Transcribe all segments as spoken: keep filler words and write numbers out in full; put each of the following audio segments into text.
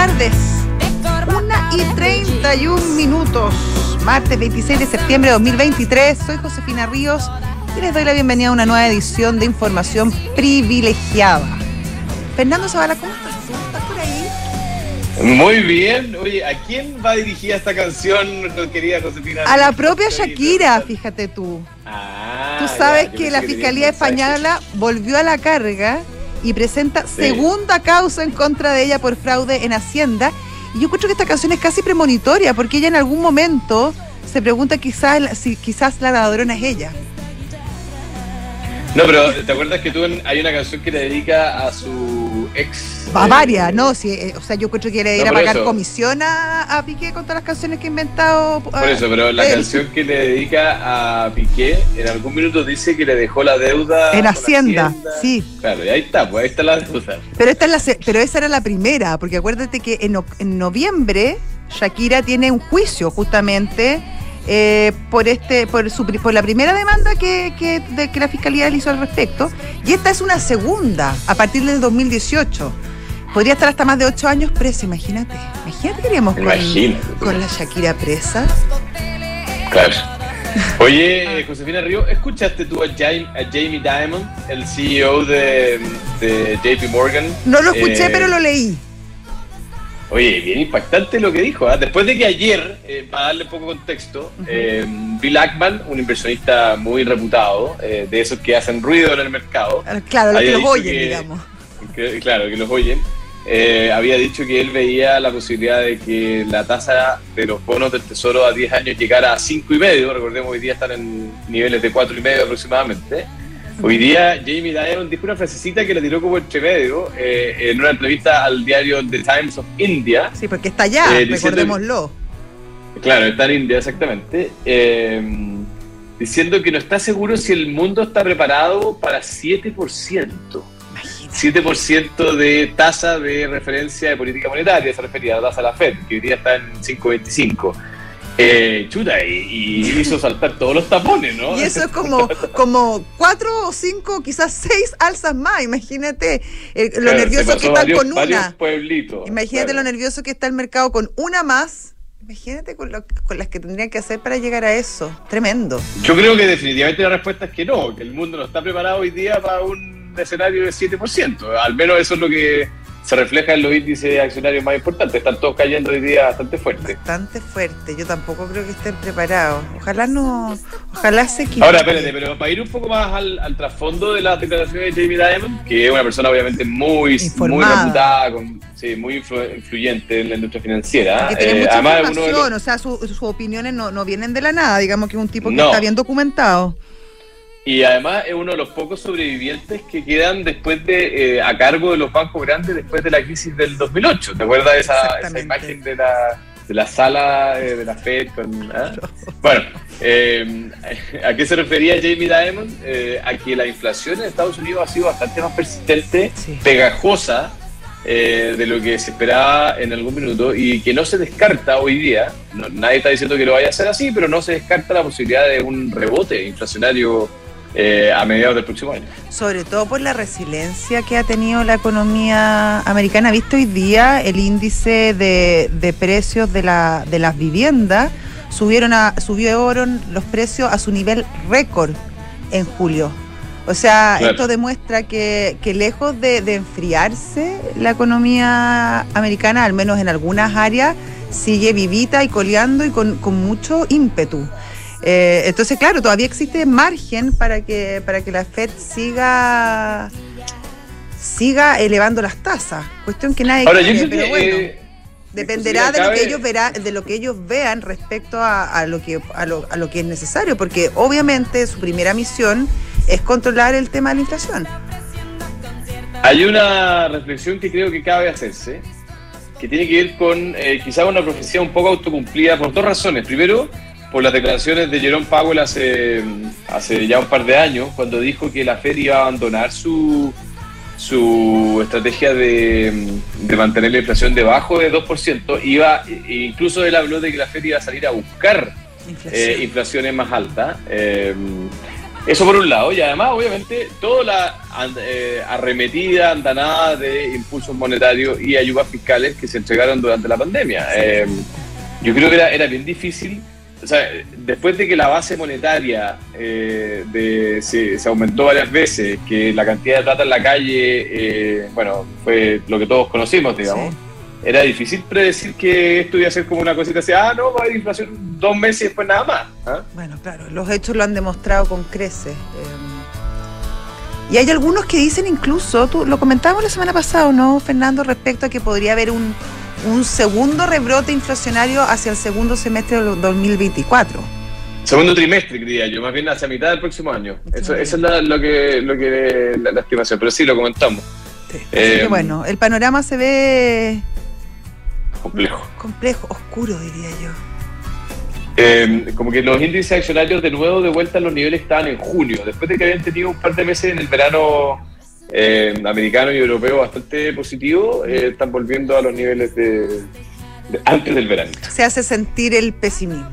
tardes. Una y treinta y un minutos. Martes veintiséis de septiembre de dos mil veintitrés. Soy Josefina Ríos y les doy la bienvenida a una nueva edición de Información Privilegiada. Fernando Zavala, ¿cómo estás? ¿Estás por ahí? Muy bien. Oye, ¿a quién va dirigida esta canción, querida Josefina? A la propia Shakira, fíjate tú. Ah, tú sabes ya, que la Fiscalía Española volvió a la carga y presenta sí. segunda causa en contra de ella por fraude en Hacienda. Y yo creo que esta canción es casi premonitoria, porque ella en algún momento se pregunta quizás si quizás la ladrona es ella. No, pero ¿te acuerdas que tú en, hay una canción que le dedica a su ex? Va varias, eh, ¿no? Sí, eh, o sea, yo creo que le debería no, pagar eso. comisión a, a Piqué con todas las canciones que ha inventado. Por uh, eso, pero la él. canción que le dedica a Piqué, en algún minuto dice que le dejó la deuda en Hacienda, Hacienda. Sí. Claro, y ahí está, pues ahí está la deuda. Pero, esta es la, pero esa era la primera, porque acuérdate que en, en noviembre Shakira tiene un juicio justamente eh, por este por, su, por la primera demanda que, que, de, que la Fiscalía le hizo al respecto, y esta es una segunda a partir del dos mil dieciocho. Podría estar hasta más de ocho años presa, imagínate. Imagínate que iríamos con, con la Shakira presa. Claro. Oye, Josefina Río, ¿escuchaste tú a Jamie, a Jamie Dimon, el C E O de, de J P Morgan? No lo escuché, eh, pero lo leí. Oye, bien impactante lo que dijo. ¿eh? Después de que ayer, eh, para darle un poco de contexto, uh-huh. eh, Bill Ackman, un inversionista muy reputado, eh, de esos que hacen ruido en el mercado. Claro, los que los oyen, que, digamos. Que, claro, que los oyen. Eh, había dicho que él veía la posibilidad de que la tasa de los bonos del Tesoro a diez años llegara a cinco y medio. Recordemos, hoy día están en niveles de cuatro y medio aproximadamente. Hoy día Jamie Dimon dijo una frasecita que la tiró como entre medio eh, en una entrevista al diario The Times of India. Sí, porque está allá, eh, recordémoslo. Que, claro, está en India, exactamente. Eh, diciendo que no está seguro si el mundo está preparado para siete por ciento. siete por ciento de tasa de referencia de política monetaria, se refería a la tasa de la Fed, que hoy día está en cinco veinticinco. Eh, chuta, y, y hizo saltar todos los tapones, ¿no? Y eso es como, como cuatro o cinco, quizás seis alzas más, imagínate eh, lo claro, nervioso que están varios, con una. Imagínate claro. lo nervioso que está el mercado con una más. Imagínate con, lo, con las que tendrían que hacer para llegar a eso. Tremendo. Yo creo que definitivamente la respuesta es que no, que el mundo no está preparado hoy día para un escenario de siete por ciento. Al menos eso es lo que se refleja en los índices accionarios más importantes. Están todos cayendo hoy día bastante fuerte. Bastante fuerte. Yo tampoco creo que estén preparados. Ojalá no, ojalá se equivoquen. Ahora, espérate, pero para ir un poco más al, al trasfondo de las declaraciones de Jamie Dimon, que es una persona obviamente muy, muy reputada, con, sí, muy influ, influyente en la industria financiera. Que tiene eh, mucha además, información, uno de los... o sea, sus su opiniones no, no vienen de la nada, digamos que es un tipo que no. está bien documentado. Y además es uno de los pocos sobrevivientes que quedan después de eh, a cargo de los bancos grandes después de la crisis del dos mil ocho. ¿Te acuerdas de esa, esa imagen de la, de la sala eh, de la Fed? Con, ¿eh? Bueno, eh, ¿a qué se refería Jamie Dimon? Eh, a que la inflación en Estados Unidos ha sido bastante más persistente, sí. pegajosa, eh, de lo que se esperaba en algún minuto, y que no se descarta hoy día, no, nadie está diciendo que lo vaya a hacer así, pero no se descarta la posibilidad de un rebote inflacionario Eh, a mediados del próximo año. Sobre todo por la resiliencia que ha tenido la economía americana. Visto hoy día el índice de, de precios de, la, de las viviendas, subieron a, subieron los precios a su nivel récord en julio. O sea, claro. esto demuestra que, que lejos de, de enfriarse la economía americana, al menos en algunas áreas, sigue vivita y coleando y con, con mucho ímpetu. Eh, entonces, claro, todavía existe margen para que para que la Fed siga siga elevando las tasas. Cuestión que nadie Ahora, quiere, yo pero que, bueno, eh, dependerá de lo que ellos verá, de lo que ellos vean respecto a, a lo que a lo, a lo que es necesario, porque obviamente su primera misión es controlar el tema de la inflación. Hay una reflexión que creo que cabe hacerse, que tiene que ver con eh, quizás una profecía un poco autocumplida por dos razones. Primero, por las declaraciones de Jerome Powell hace, hace ya un par de años, cuando dijo que la Fed iba a abandonar su, su estrategia de, de mantener la inflación debajo de dos por ciento. Iba, incluso él habló de que la Fed iba a salir a buscar inflación. eh, inflaciones más altas. Eh, Eso por un lado, y además, obviamente, toda la eh, arremetida, andanada de impulsos monetarios y ayudas fiscales que se entregaron durante la pandemia. Eh, yo creo que era, era bien difícil, o sea, después de que la base monetaria eh, de, se, se aumentó varias veces, que la cantidad de plata en la calle, eh, bueno, fue lo que todos conocimos, digamos. Sí. Era difícil predecir que esto iba a ser como una cosita así, ah, no, va a haber inflación dos meses y después nada más. ¿Ah? Bueno, claro, los hechos lo han demostrado con creces. Eh, y hay algunos que dicen incluso, tú lo comentábamos la semana pasada, ¿no, Fernando? Respecto a que podría haber un, un segundo rebrote inflacionario hacia el segundo semestre del dos mil veinticuatro. Segundo trimestre, diría yo, más bien hacia mitad del próximo año. Eso, esa es la, lo que, lo que la, la estimación, pero sí, lo comentamos. Sí. Eh, Así que bueno, el panorama se ve... Complejo. Complejo, oscuro, diría yo. Eh, como que los índices accionarios de nuevo de vuelta a los niveles estaban en junio, después de que habían tenido un par de meses en el verano eh, americano y europeo bastante positivo, eh, están volviendo a los niveles de, de antes del verano. Se hace sentir el pesimismo.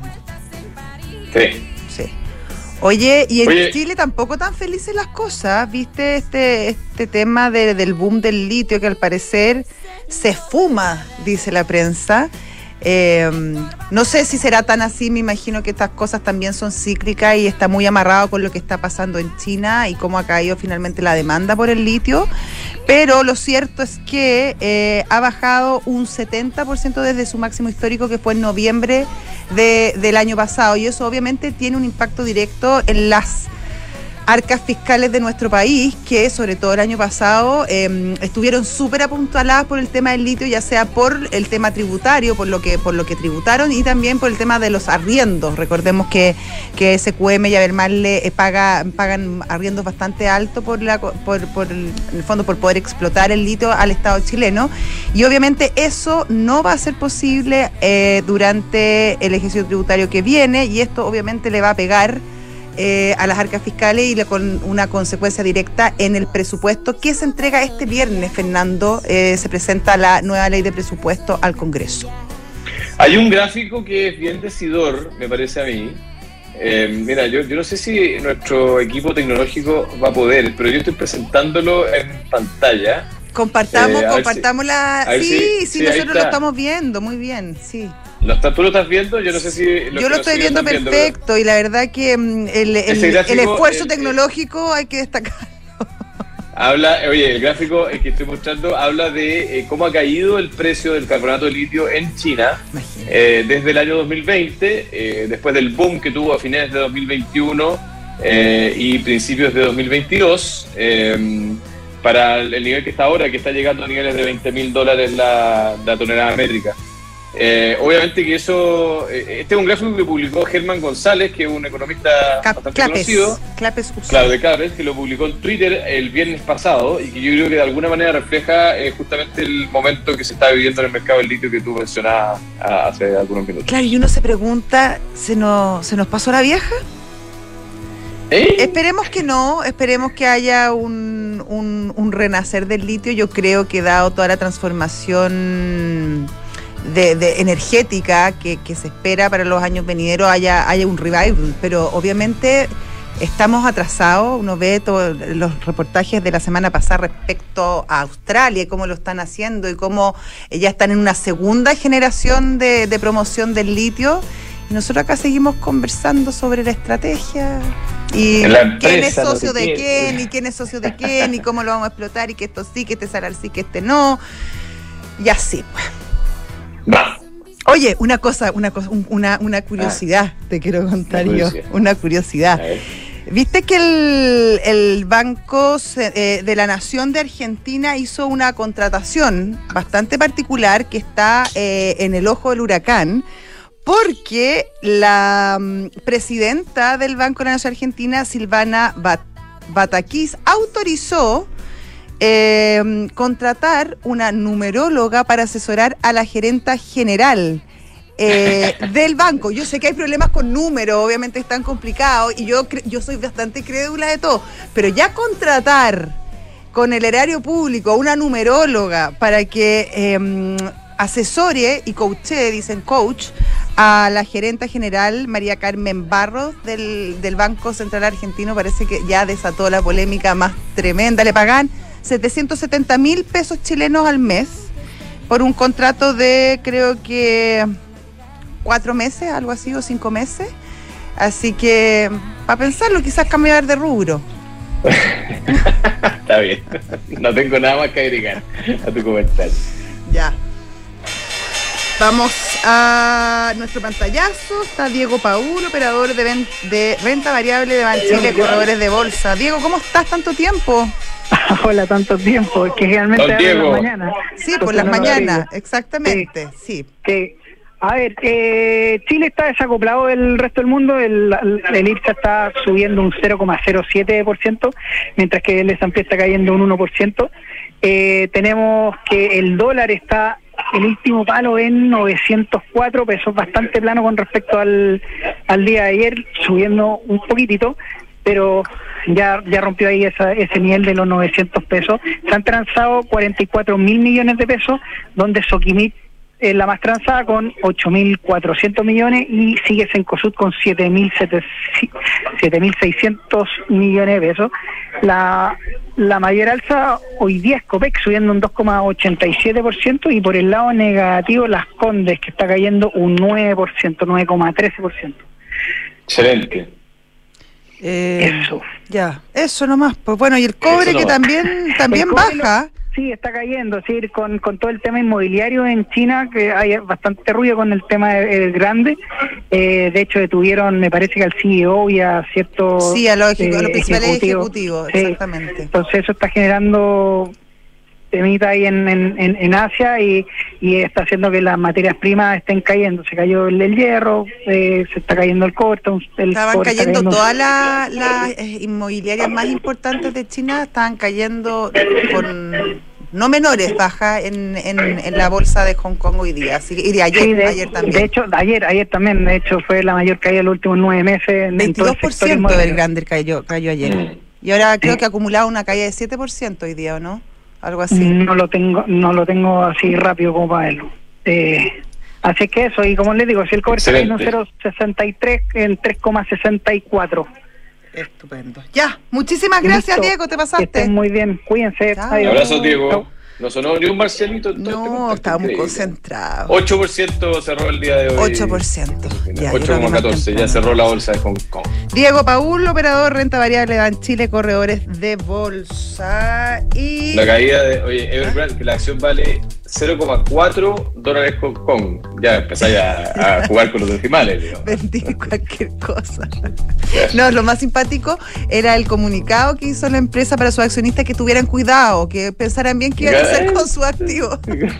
Sí. Sí. Oye, y en Oye, Chile tampoco tan felices las cosas, ¿viste? Este, este tema de, del boom del litio que al parecer se fuma, dice la prensa. Eh, no sé si será tan así, me imagino que estas cosas también son cíclicas y está muy amarrado con lo que está pasando en China y cómo ha caído finalmente la demanda por el litio, pero lo cierto es que eh, ha bajado un setenta por ciento desde su máximo histórico, que fue en noviembre de, del año pasado, y eso obviamente tiene un impacto directo en las arcas fiscales de nuestro país, que sobre todo el año pasado eh, estuvieron súper apuntaladas por el tema del litio, ya sea por el tema tributario, por lo que por lo que tributaron, y también por el tema de los arriendos. Recordemos que, que S Q M y Abermarle eh, paga, pagan arriendos bastante altos por, la, por, por el, en el fondo por poder explotar el litio al Estado chileno, y obviamente eso no va a ser posible eh, durante el ejercicio tributario que viene, y esto obviamente le va a pegar Eh, a las arcas fiscales y le, con una consecuencia directa en el presupuesto que se entrega este viernes, Fernando. Eh, se presenta la nueva ley de presupuesto al Congreso. Hay un gráfico que es bien decidor, me parece a mí. Eh, mira, yo, yo no sé si nuestro equipo tecnológico va a poder, pero yo estoy presentándolo en pantalla. Compartamos, eh, compartamos si, la... Sí, si, sí, sí, nosotros lo estamos viendo, muy bien, sí. ¿Lo está, ¿Tú lo estás viendo? Yo no sé si... Yo lo estoy viendo perfecto, viendo, y la verdad que mm, el, el, el esfuerzo el, tecnológico hay que destacarlo. Habla, oye, el gráfico que estoy mostrando habla de eh, cómo ha caído el precio del carbonato de litio en China eh, desde el año dos mil veinte, eh, después del boom que tuvo a finales de dos mil veintiuno eh, y principios de dos mil veintidós, eh, para el nivel que está ahora, que está llegando a niveles de veinte mil dólares la, la tonelada métrica. Eh, obviamente que eso, eh, este es un gráfico que publicó Germán González, que es un economista Cap, bastante Clapes, conocido, Clapes, claro, de Clapes, que lo publicó en Twitter el viernes pasado y que yo creo que de alguna manera refleja eh, justamente el momento que se está viviendo en el mercado del litio que tú mencionabas hace algunos minutos. Claro, y uno se pregunta, ¿se nos, ¿se nos pasó la vieja? ¿Eh? Esperemos que no, esperemos que haya un, un, un renacer del litio. Yo creo que dado toda la transformación De, de energética que, que se espera para los años venideros, haya, haya un revival, pero obviamente estamos atrasados. Uno ve todos los reportajes de la semana pasada respecto a Australia y cómo lo están haciendo y cómo ya están en una segunda generación de, de promoción del litio, y nosotros acá seguimos conversando sobre la estrategia y quién es socio de quién y quién es socio de quién y cómo lo vamos a explotar y que esto sí, que este salar sí, que este no, y así pues. Va. Oye, una cosa, una cosa, una, una curiosidad, ah, te quiero contar yo, una curiosidad. Viste que el, el Banco eh, de la Nación de Argentina hizo una contratación bastante particular que está eh, en el ojo del huracán, porque la um, presidenta del Banco de la Nación Argentina, Silvana Bat Batakis, autorizó Eh, contratar una numeróloga para asesorar a la gerenta general eh, del banco. Yo sé que hay problemas con números, obviamente es tan complicado, y yo, yo soy bastante crédula de todo, pero ya contratar con el erario público a una numeróloga para que eh, asesore y coache, dicen coach, a la gerenta general María Carmen Barros del, del Banco Central Argentino. Parece que ya desató la polémica más tremenda. Le pagan setecientos setenta mil pesos chilenos al mes por un contrato de, creo que, cuatro meses, algo así, o cinco meses. Así que, para pensarlo, quizás cambiar de rubro. Está bien. No tengo nada más que agregar a tu comentario. Ya. Vamos a nuestro pantallazo. Está Diego Paul, operador de, ven- de renta variable de Banchile, corredores de bolsa. Diego, ¿cómo estás tanto tiempo? Hola, tanto tiempo. Es que realmente Don por Diego. las mañanas. Sí, por las no lo mañanas, digo. exactamente, sí. Que, a ver, eh, Chile está desacoplado del resto del mundo. El, el I P S A está subiendo un cero coma cero siete por ciento, mientras que el S and P está cayendo un uno por ciento. Eh, tenemos que el dólar está el último palo en novecientos cuatro pesos, bastante plano con respecto al, al día de ayer, subiendo un poquitito, pero ya ya rompió ahí esa, ese nivel de los novecientos pesos. Se han transado cuarenta y cuatro mil millones de pesos, donde Soquimit es la más transada con ocho mil cuatrocientos millones y sigue Cencosud con siete mil seiscientos millones de pesos. La, la mayor alza hoy día es Copec, subiendo un dos coma ochenta y siete por ciento, y por el lado negativo Las Condes, que está cayendo un nueve por ciento, nueve coma trece por ciento. Excelente. Eh, Eso. Ya, eso nomás. Pues bueno, y el cobre Eso que nomás. también también El cobre baja. lo- Sí, está cayendo, sí, con, con todo el tema inmobiliario en China, que hay bastante ruido con el tema del grande. Eh, de hecho, detuvieron, me parece que al C E O y a ciertos Sí, a los, ejecu- a los eh, principales ejecutivos. ejecutivos, Sí. exactamente. Entonces eso está generando temita ahí en, en, en, en Asia y, y está haciendo que las materias primas estén cayendo. Se cayó el, el hierro, eh, se está cayendo el cobre. El Estaban cobre está cayendo cayendo- todas las las, eh, inmobiliarias más importantes de China, estaban cayendo con no menores bajas en, en, en la bolsa de Hong Kong hoy día. Así que, y de ayer, Sí, de, ayer también. de hecho, ayer ayer también, de hecho, fue la mayor caída de los últimos nueve meses. En, en todo veintidós el por sector ciento del inmobiliario. grande cayó, cayó ayer. Mm. Y ahora creo Sí. que ha acumulado una caída de siete por ciento hoy día, ¿o no? Algo así. No lo tengo, no lo tengo así rápido como para verlo. Eh, así que eso, y como les digo, si el cobre está cayendo Excelente. cero coma sesenta y tres en tres coma sesenta y cuatro. Estupendo. Ya, muchísimas gracias, Listo. Diego, te Que pasaste. estén muy bien, cuídense. Chao. Un Adiós. abrazo, Diego. Chao. No sonó ni un marcianito en todo este No, contexto, estábamos increíble. concentrados. ocho por ciento cerró el día de hoy. ocho por ciento. Ya, yo ocho creo que coma más catorce, ya temprano. cerró la bolsa de Hong Kong. Diego Paul, operador renta variable de Banchile, corredores de bolsa. Y La caída de, oye, Evergrande, que la acción vale cero coma cuatro dólares Hong Kong. Ya empezáis a, a jugar con los decimales, digo. vendí cualquier cosa. No, lo más simpático era el comunicado que hizo la empresa para sus accionistas, que tuvieran cuidado, que pensaran bien qué iban a hacer con su activo.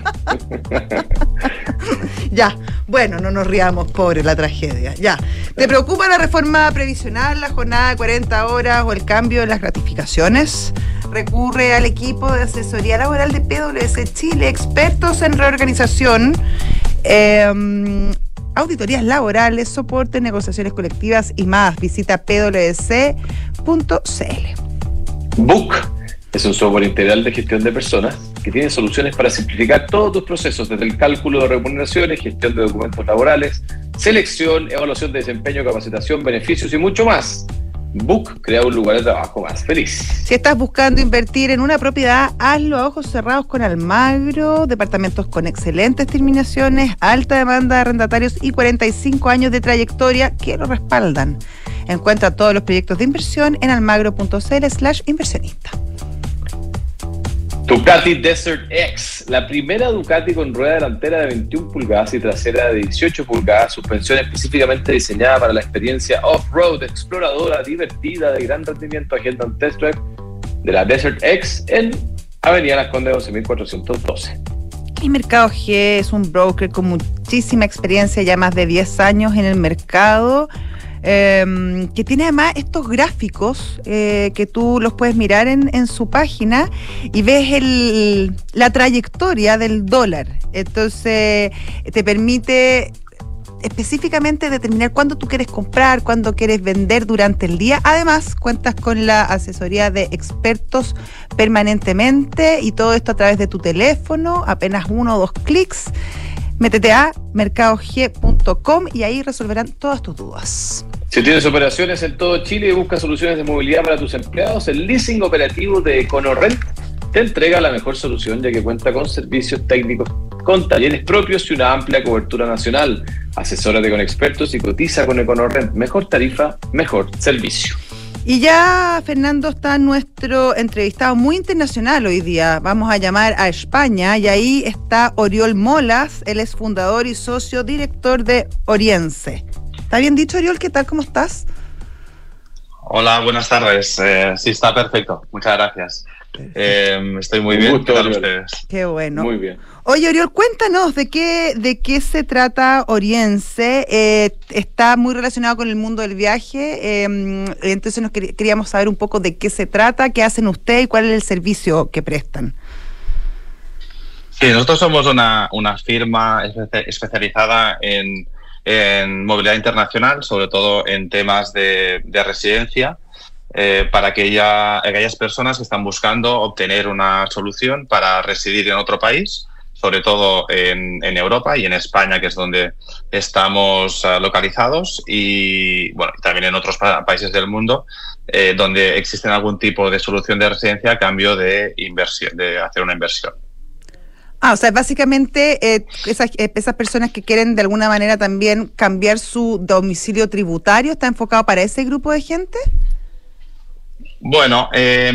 Ya, bueno, no nos riamos, pobre la tragedia. Ya, ¿te preocupa la reforma previsional, la jornada de cuarenta horas o el cambio en las gratificaciones? Recurre al equipo de asesoría laboral de P W C Chile, expertos en reorganización, eh, auditorías laborales, soporte, negociaciones colectivas y más. Visita p w c punto c l. Book es un software integral de gestión de personas que tiene soluciones para simplificar todos tus procesos, desde el cálculo de remuneraciones, gestión de documentos laborales, selección, evaluación de desempeño, capacitación, beneficios y mucho más. Book crea un lugar de trabajo más feliz. Si estás buscando invertir en una propiedad, hazlo a ojos cerrados con Almagro, departamentos con excelentes terminaciones, alta demanda de arrendatarios y cuarenta y cinco años de trayectoria que lo respaldan. Encuentra todos los proyectos de inversión en almagro.cl slash inversionista. Ducati Desert X, la primera Ducati con rueda delantera de veintiuna pulgadas y trasera de dieciocho pulgadas, suspensión específicamente diseñada para la experiencia off-road, exploradora, divertida, de gran rendimiento. Agenda un test drive de la Desert X en Avenida Las Condes once mil cuatrocientos doce. Y Mercado G es un broker con muchísima experiencia, ya más de diez años en el mercado, eh, que tiene además estos gráficos eh, que tú los puedes mirar en, en su página y ves el, la trayectoria del dólar. Entonces te permite específicamente determinar cuándo tú quieres comprar, cuándo quieres vender durante el día. Además, cuentas con la asesoría de expertos permanentemente y todo esto a través de tu teléfono, apenas uno o dos clics. Métete a mercado g punto com y ahí resolverán todas tus dudas. Si tienes operaciones en todo Chile y buscas soluciones de movilidad para tus empleados, el leasing operativo de EconoRent te entrega la mejor solución, ya que cuenta con servicios técnicos, con talleres propios y una amplia cobertura nacional. Asesórate con expertos y cotiza con EconoRent. Mejor tarifa, mejor servicio. Y ya, Fernando, está nuestro entrevistado muy internacional hoy día. Vamos a llamar a España y ahí está Oriol Molas. Él es fundador y socio director de Oriense. ¿Está bien dicho, Oriol? ¿Qué tal? ¿Cómo estás? Hola, buenas tardes. Eh, sí, está perfecto. Muchas gracias. Eh, estoy muy bien. Gusto, ¿Qué tal Oriol? ustedes? Qué bueno. Muy bien. Oye, Oriol, cuéntanos de qué, de qué se trata Oriense. Eh, está muy relacionado con el mundo del viaje, eh, entonces nos quer- queríamos saber un poco de qué se trata, qué hacen ustedes y cuál es el servicio que prestan. Sí, nosotros somos una, una firma espe- especializada en, en movilidad internacional, sobre todo en temas de, de residencia, eh, para aquella, aquellas personas que están buscando obtener una solución para residir en otro país, sobre todo en, en Europa y en España, que es donde estamos uh, localizados, y bueno, también en otros pa- países del mundo, eh, donde existe algún tipo de solución de residencia a cambio de inversión, de hacer una inversión. Ah, o sea, básicamente eh, esas, eh, esas personas que quieren de alguna manera también cambiar su domicilio tributario, ¿está enfocado para ese grupo de gente? Bueno, eh,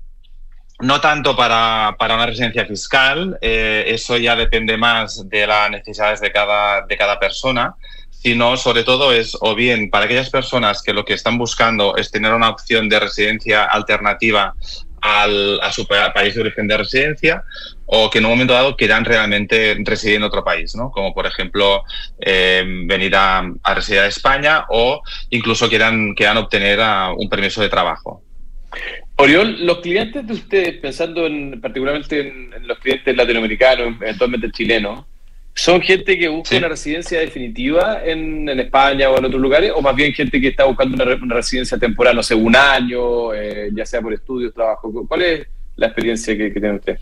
no tanto para, para una residencia fiscal, eh, eso ya depende más de las necesidades de cada, de cada persona, sino sobre todo es o bien para aquellas personas que lo que están buscando es tener una opción de residencia alternativa al, a su pa- país de origen de residencia, o que en un momento dado quieran realmente residir en otro país, ¿no? Como por ejemplo eh, venir a, a residir a España, o incluso quieran, quieran obtener uh, un permiso de trabajo. Oriol, los clientes de ustedes, pensando en, particularmente en, en los clientes latinoamericanos, eventualmente chilenos, ¿son gente que busca Sí. una residencia definitiva en, en España o en otros lugares? ¿O más bien gente que está buscando una, re- una residencia temporal, no sé, un año, eh, ya sea por estudios, trabajo? ¿Cuál es la experiencia que, que tiene usted?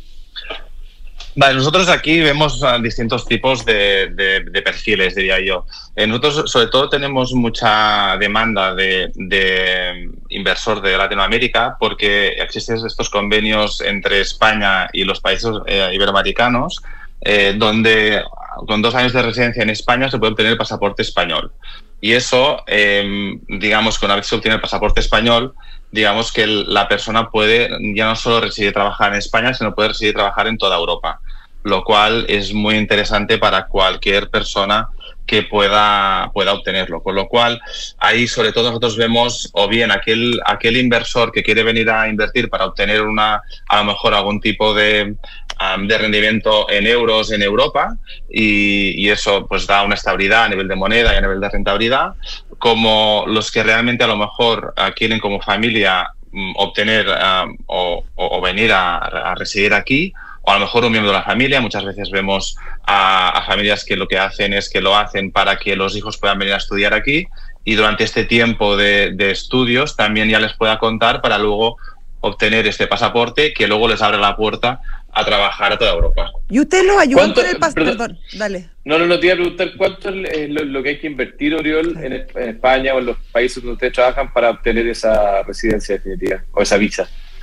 Vale, nosotros aquí vemos uh, distintos tipos de, de, de perfiles, diría yo. Eh, nosotros, sobre todo, tenemos mucha demanda de, de inversor de Latinoamérica, porque existen estos convenios entre España y los países eh, iberoamericanos, eh, donde con dos años de residencia en España se puede obtener el pasaporte español. Y eso, eh, digamos que una vez se obtiene el pasaporte español, digamos que el, la persona puede ya no solo residir y trabajar en España, sino puede residir y trabajar en toda Europa, lo cual es muy interesante para cualquier persona que pueda, pueda obtenerlo. Con lo cual, ahí sobre todo nosotros vemos o bien aquel, aquel inversor que quiere venir a invertir para obtener una, a lo mejor algún tipo de, um, de rendimiento en euros en Europa, y, y eso pues da una estabilidad a nivel de moneda y a nivel de rentabilidad, como los que realmente a lo mejor uh, quieren como familia um, obtener um, o, o, o venir a, a residir aquí, o a lo mejor un miembro de la familia. Muchas veces vemos a, a familias que lo que hacen es que lo hacen para que los hijos puedan venir a estudiar aquí, y durante este tiempo de, de estudios también ya les pueda contar para luego obtener este pasaporte que luego les abre la puerta a trabajar a toda Europa. ¿Y usted los ayudó ¿Cuánto- con el pasaporte? perdón. Perdón, dale. No, no, no, te iba a preguntar cuánto es lo, lo que hay que invertir, Oriol, en, en España o en los países donde ustedes trabajan para obtener esa residencia definitiva o esa visa.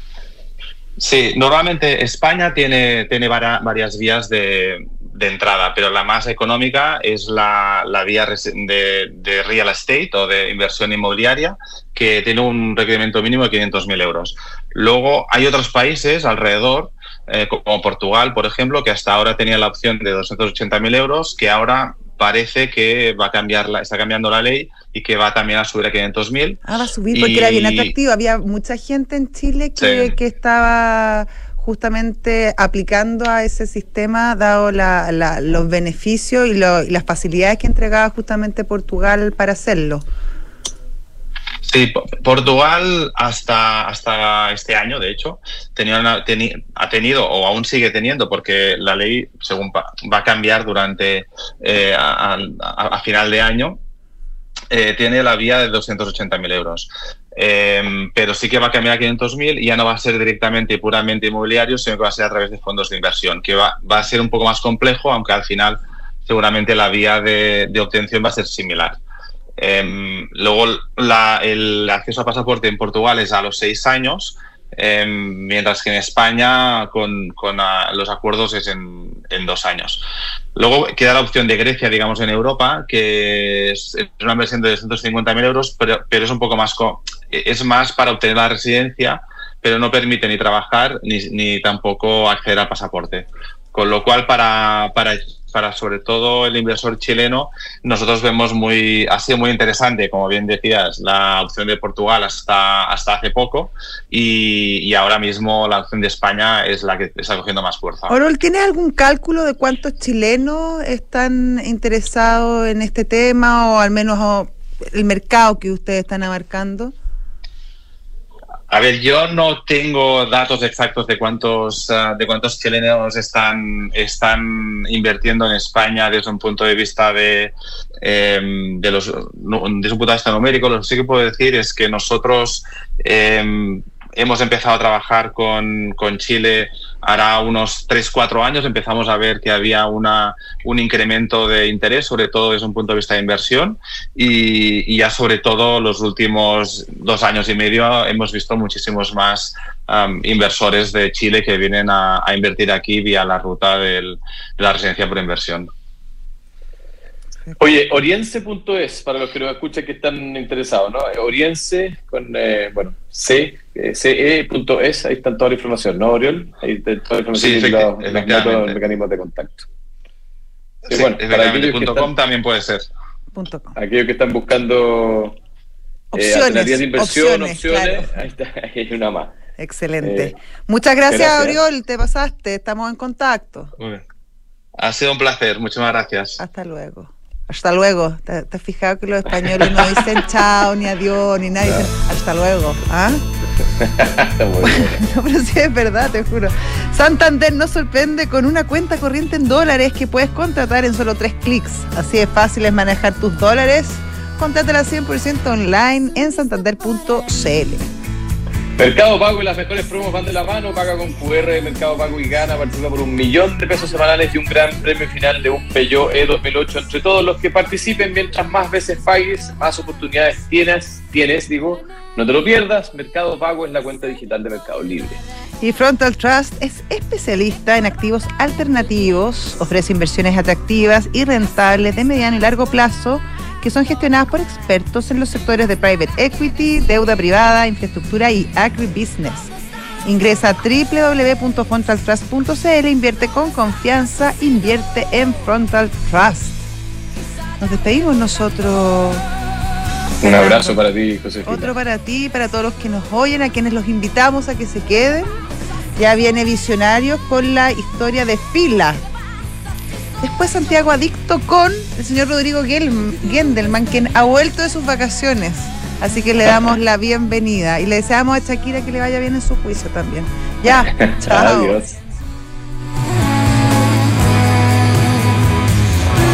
Sí, normalmente España tiene, tiene vara- varias vías de, de entrada, pero la más económica es la, la vía res- de, de real estate o de inversión inmobiliaria, que tiene un requerimiento mínimo de quinientos mil euros. Luego hay otros países alrededor, eh, como Portugal, por ejemplo, que hasta ahora tenía la opción de doscientos ochenta mil euros, que ahora parece que va a cambiar, la, está cambiando la ley y que va también a subir a quinientos mil. Ah, va a subir porque Y- era bien atractivo. Había mucha gente en Chile que, Sí. que estaba justamente aplicando a ese sistema, dado la, la, los beneficios y, lo, y las facilidades que entregaba justamente Portugal para hacerlo. Sí, Sí, Portugal hasta, hasta este año, de hecho, tenía una, teni, ha tenido o aún sigue teniendo, porque la ley según va, va a cambiar durante eh, a, a, a final de año, eh, tiene la vía de doscientos ochenta mil euros. Eh, pero sí que va a cambiar a quinientos mil y ya no va a ser directamente y puramente inmobiliario, sino que va a ser a través de fondos de inversión, que va, va a ser un poco más complejo, aunque al final seguramente la vía de, de obtención va a ser similar. Eh, luego la, el acceso a pasaporte en Portugal es a los seis años, eh, mientras que en España con, con a, los acuerdos es en, en dos años. Luego queda la opción de Grecia, digamos, en Europa, que es, es una inversión de doscientos cincuenta mil euros, pero, pero es un poco más, es más para obtener la residencia, pero no permite ni trabajar ni, ni tampoco acceder al pasaporte. Con lo cual, para, para, para sobre todo el inversor chileno, nosotros vemos muy, ha sido muy interesante, como bien decías, la opción de Portugal hasta, hasta hace poco y, y ahora mismo la opción de España es la que está cogiendo más fuerza. Orol, ¿tienes algún cálculo de cuántos chilenos están interesados en este tema o al menos o, el mercado que ustedes están abarcando? A ver, yo no tengo datos exactos de cuántos uh, de cuántos chilenos están están invirtiendo en España desde un punto de vista de eh, de los desde un punto de vista numérico. Lo que sí que puedo decir es que nosotros eh, hemos empezado a trabajar con, con Chile hará unos tres cuatro años. Empezamos a ver que había una, un incremento de interés, sobre todo desde un punto de vista de inversión, y, y ya sobre todo los últimos dos años y medio hemos visto muchísimos más um, inversores de Chile que vienen a, a invertir aquí vía la ruta del, de la residencia por inversión. Oye, Oriense punto es, para los que nos escuchan que están interesados, ¿no? Oriense con, eh, bueno, C, eh, C E punto es, ahí está toda la información, ¿no, Oriol? Ahí está toda la información sí, y los, los métodos, mecanismos de contacto. Sí, sí, bueno, para aquellos que están, también puede ser. Punto com. Aquellos que están buscando opciones, eh, alternativas de inversión, opciones, opciones, claro. Ahí está, ahí hay una más. Excelente. Eh, Muchas gracias, gracias, Oriol, te pasaste, estamos en contacto. Muy bien. Ha sido un placer, muchísimas gracias. Hasta luego. Hasta luego. ¿Te, te has fijado que los españoles no dicen chao, ni adiós, ni nada? Dicen hasta luego. ¿Ah? No, pero sí es verdad, te juro. Santander nos sorprende con una cuenta corriente en dólares que puedes contratar en solo tres clics. Así de fácil es manejar tus dólares. Contrátala cien por ciento online en santander punto c l. Mercado Pago y las mejores promos van de la mano. Paga con cu erre de Mercado Pago y gana. Participa por un millón de pesos semanales y un gran premio final de un Peugeot E dos mil ocho. Entre todos los que participen, mientras más veces pagues, más oportunidades tienes, tienes, digo. No te lo pierdas. Mercado Pago es la cuenta digital de Mercado Libre. Y Frontal Trust es especialista en activos alternativos. Ofrece inversiones atractivas y rentables de mediano y largo plazo, que son gestionadas por expertos en los sectores de private equity, deuda privada, infraestructura y agribusiness. Ingresa a doble u doble u doble u punto frontal trust punto c l, invierte con confianza, invierte en Frontal Trust. Nos despedimos nosotros. Un abrazo para ti, Josefina. Otro para ti, para todos los que nos oyen, a quienes los invitamos a que se queden. Ya viene Visionarios con la historia de Fila. Después Santiago Adicto con el señor Rodrigo Gendelman, quien ha vuelto de sus vacaciones. Así que le damos la bienvenida y le deseamos a Shakira que le vaya bien en su juicio también. Ya, chao. Adiós.